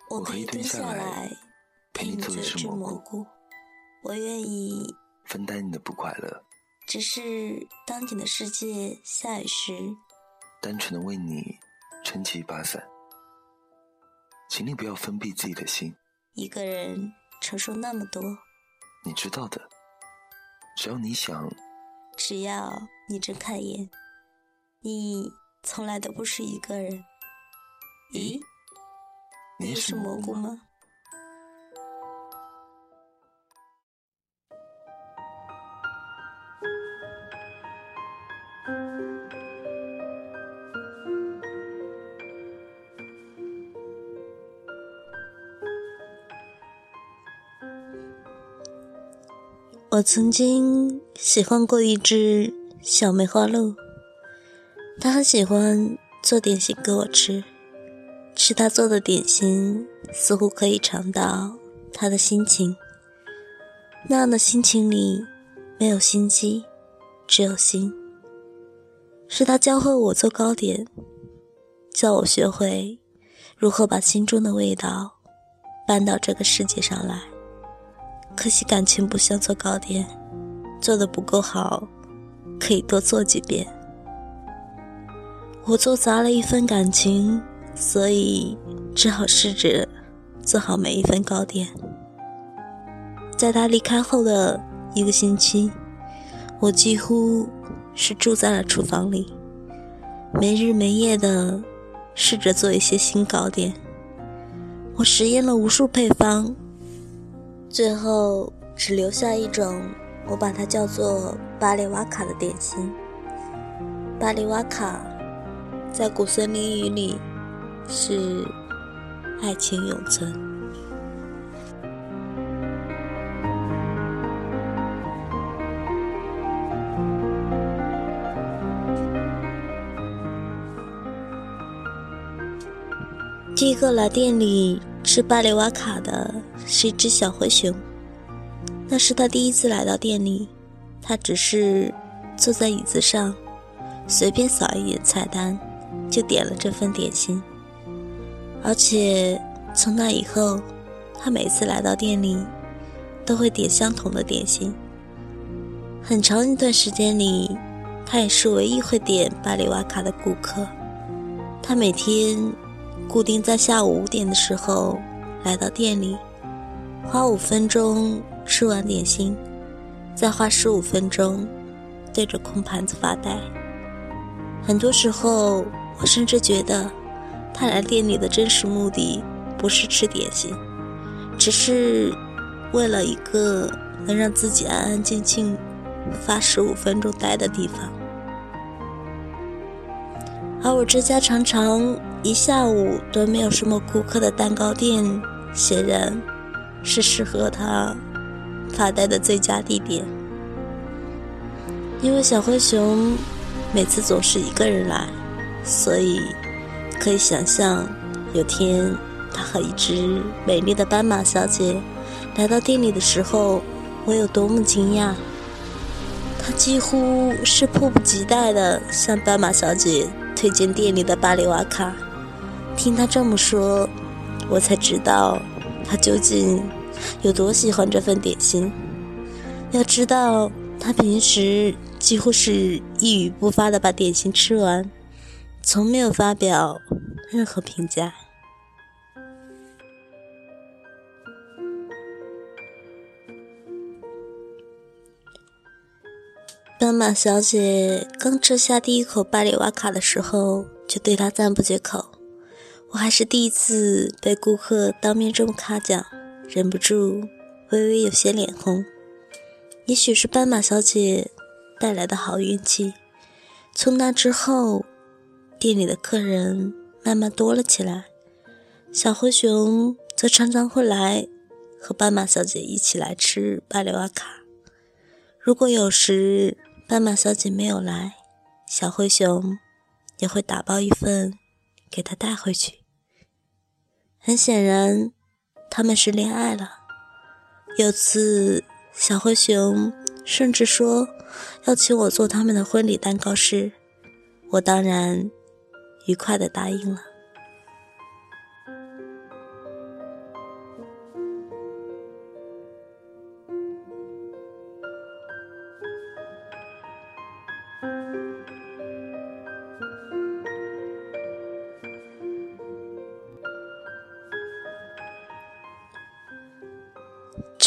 我可以蹲下来陪你做一只蘑菇，我愿意分担你的不快乐， 只是当你的世界下雨时， 单纯的为你撑起一把伞。请你不要封闭自己的心， 一个人承受那么多， 你知道的，只要你想， 只要你睁开眼，你从来都不是一个人。咦，你也是蘑菇吗？我曾经喜欢过一只小梅花鹿，它很喜欢做点心给我吃，吃它做的点心似乎可以尝到它的心情，那样的心情里没有心机，只有心。是它教会我做糕点，教我学会如何把心中的味道搬到这个世界上来。可惜感情不像做糕点，做得不够好，可以多做几遍。我做砸了一份感情，所以只好试着做好每一份糕点。在他离开后的1个星期，我几乎是住在了厨房里，没日没夜地试着做一些新糕点。我实验了无数配方，最后只留下一种，我把它叫做巴里瓦卡的点心。巴里瓦卡在古森林语里是爱情永存。第一个来店里吃巴里瓦卡的是一只小灰熊，那是他第一次来到店里，他只是坐在椅子上，随便扫一眼菜单，就点了这份点心。而且从那以后，他每次来到店里，都会点相同的点心。很长一段时间里，他也是唯一会点巴里瓦卡的顾客。他每天固定在下午5点的时候来到店里，花5分钟吃完点心，再花15分钟对着空盘子发呆。很多时候我甚至觉得他来店里的真实目的不是吃点心，只是为了一个能让自己安安静静发15分钟呆的地方。而我这家常常一下午都没有什么顾客的蛋糕店，显然是适合他发呆的最佳地点。因为小灰熊每次总是一个人来，所以可以想象有天他和一只美丽的斑马小姐来到店里的时候，我有多么惊讶。他几乎是迫不及待地向斑马小姐推荐店里的巴里瓦卡。听他这么说，我才知道他究竟有多喜欢这份点心。要知道，他平时几乎是一语不发地把点心吃完，从没有发表任何评价。斑马小姐刚吃下第一口巴里瓦卡的时候，就对她赞不绝口。我还是第一次被顾客当面这么夸奖，忍不住微微有些脸红。也许是斑马小姐带来的好运气，从那之后，店里的客人慢慢多了起来。小灰熊则常常会来和斑马小姐一起来吃巴里瓦卡。如果有时斑马小姐没有来，小灰熊也会打包一份给她带回去。很显然，他们是恋爱了。有次小灰熊甚至说要请我做他们的婚礼蛋糕时，我当然愉快地答应了。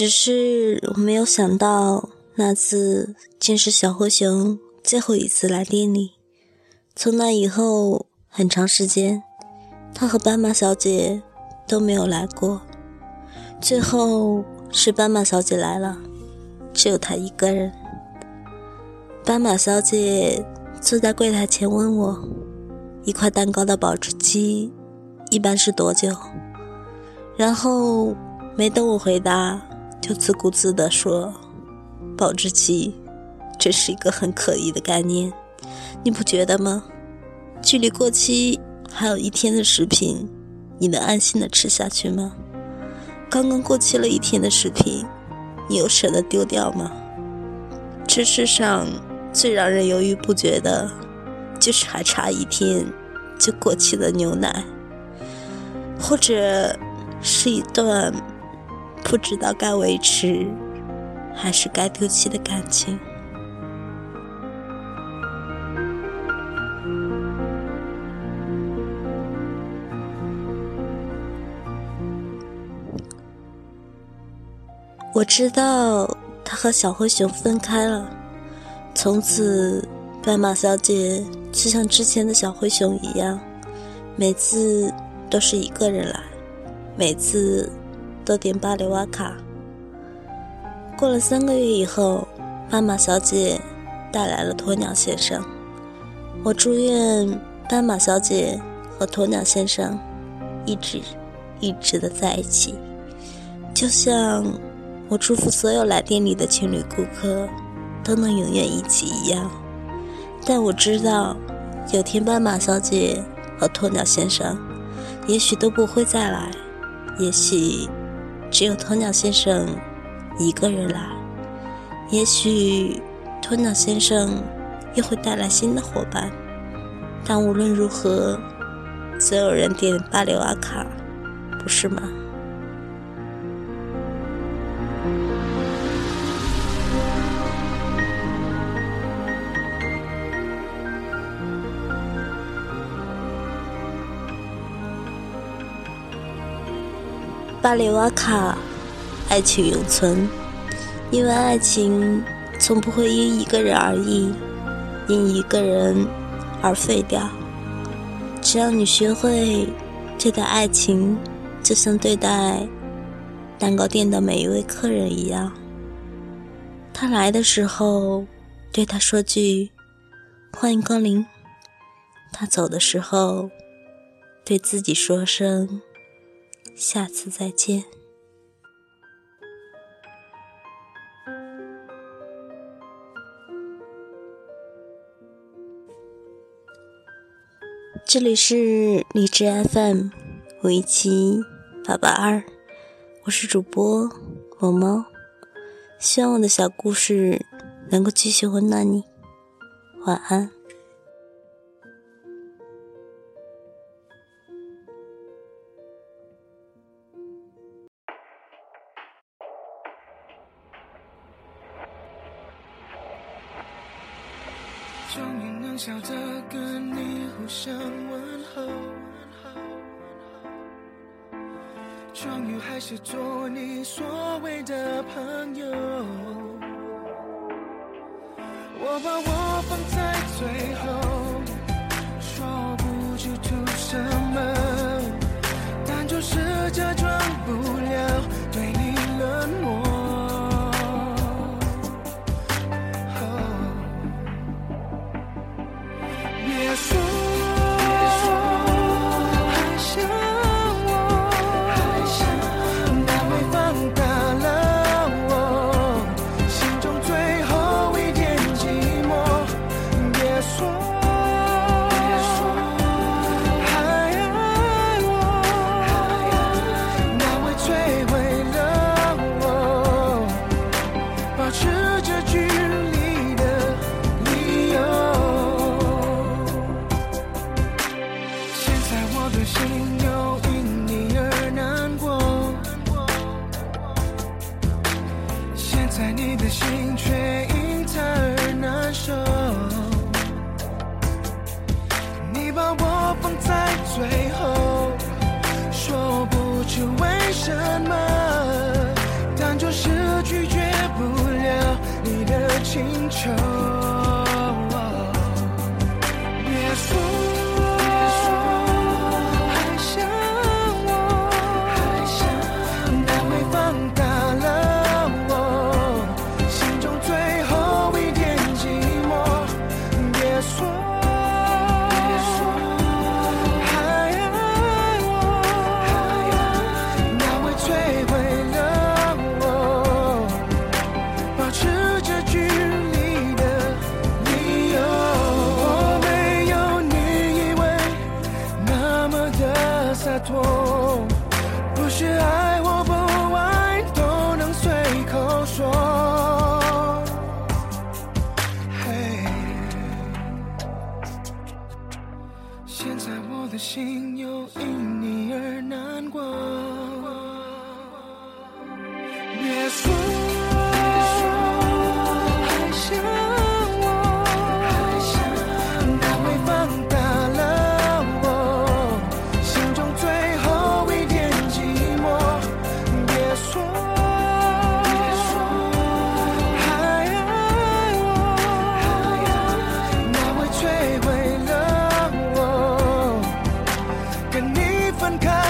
只是我没有想到，那次竟是小灰熊最后一次来店里。从那以后很长时间，他和斑马小姐都没有来过。最后是斑马小姐来了，只有他一个人。斑马小姐坐在柜台前问我，一块蛋糕的保质期一般是多久？然后没等我回答，就自顾自地说，保质期，这是一个很可疑的概念，你不觉得吗？距离过期还有1天的食品，你能安心地吃下去吗？刚刚过期了1天的食品，你有舍得丢掉吗？这世上最让人犹豫不决的，就是还差1天就过期的牛奶，或者是一段不知道该维持还是该丢弃的感情。我知道他和小灰熊分开了，从此斑马小姐就像之前的小灰熊一样，每次都是一个人来，每次都点巴里瓦卡。过了3个月以后，斑马小姐带来了鸵鸟先生。我祝愿斑马小姐和鸵鸟先生一直的在一起，就像我祝福所有来店里的情侣顾客都能永远一起一样。但我知道，有天斑马小姐和鸵鸟先生也许都不会再来，也许只有鸵鸟先生一个人来，也许鸵鸟先生又会带来新的伙伴。但无论如何，所有人点巴里瓦卡，不是吗？巴里瓦卡，爱情永存，因为爱情从不会因一个人而异，因一个人而废掉。只要你学会对待爱情，就像对待蛋糕店的每一位客人一样。他来的时候，对他说句欢迎光临；他走的时候，对自己说声下次再见。这里是荔枝 FM517-882，我是主播萌猫，希望我的小故事能够继续温暖你，晚安。 终于能笑着跟你互相问候，终于还是做你所谓的朋友。我把我放在最后，说不出图什么，但就是假装不了对你冷漠。别说还想我，那会放大了我心中最后一点寂寞。别说还爱我，那会摧毁了我保持着距离的理由。我的心又因你而难过，现在你的心却因他而难受。你把我放在最后，说不出为什么，但就是星球。别说还想我，但会放大了我心中最后一点寂寞。别说还爱我，那会摧毁了我保持着距离的理由。我没有你以为那么的洒脱，不是爱或不爱都能随口说。嘿，现在我的心又因你而难过。别说还想我，那会放大了我心中最后一点寂寞。别说还爱我，那会摧毁了我跟你分开